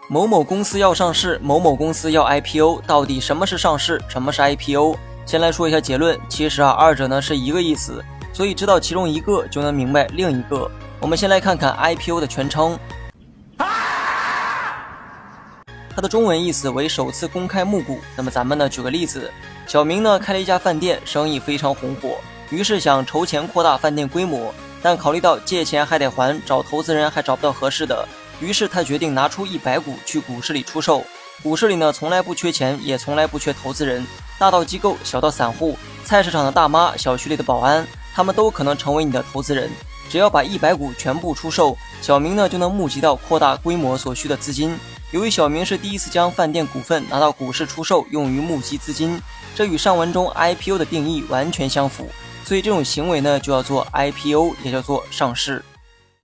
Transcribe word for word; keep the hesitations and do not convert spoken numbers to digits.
某某公司要上市，某某公司要 I P O， 到底什么是上市，什么是 I P O？ 先来说一下结论，其实啊，二者呢是一个意思，所以知道其中一个就能明白另一个。我们先来看看 I P O 的全称，它的中文意思为首次公开募股。那么咱们呢举个例子，小明呢开了一家饭店，生意非常红火，于是想筹钱扩大饭店规模，但考虑到借钱还得还，找投资人还找不到合适的，于是他决定拿出一百股去股市里出售。股市里呢从来不缺钱，也从来不缺投资人，大到机构，小到散户，菜市场的大妈，小区里的保安，他们都可能成为你的投资人。只要把一百股全部出售，小明呢就能募集到扩大规模所需的资金。由于小明是第一次将饭店股份拿到股市出售，用于募集资金，这与上文中 I P O 的定义完全相符，所以这种行为呢就叫做 I P O， 也叫做上市。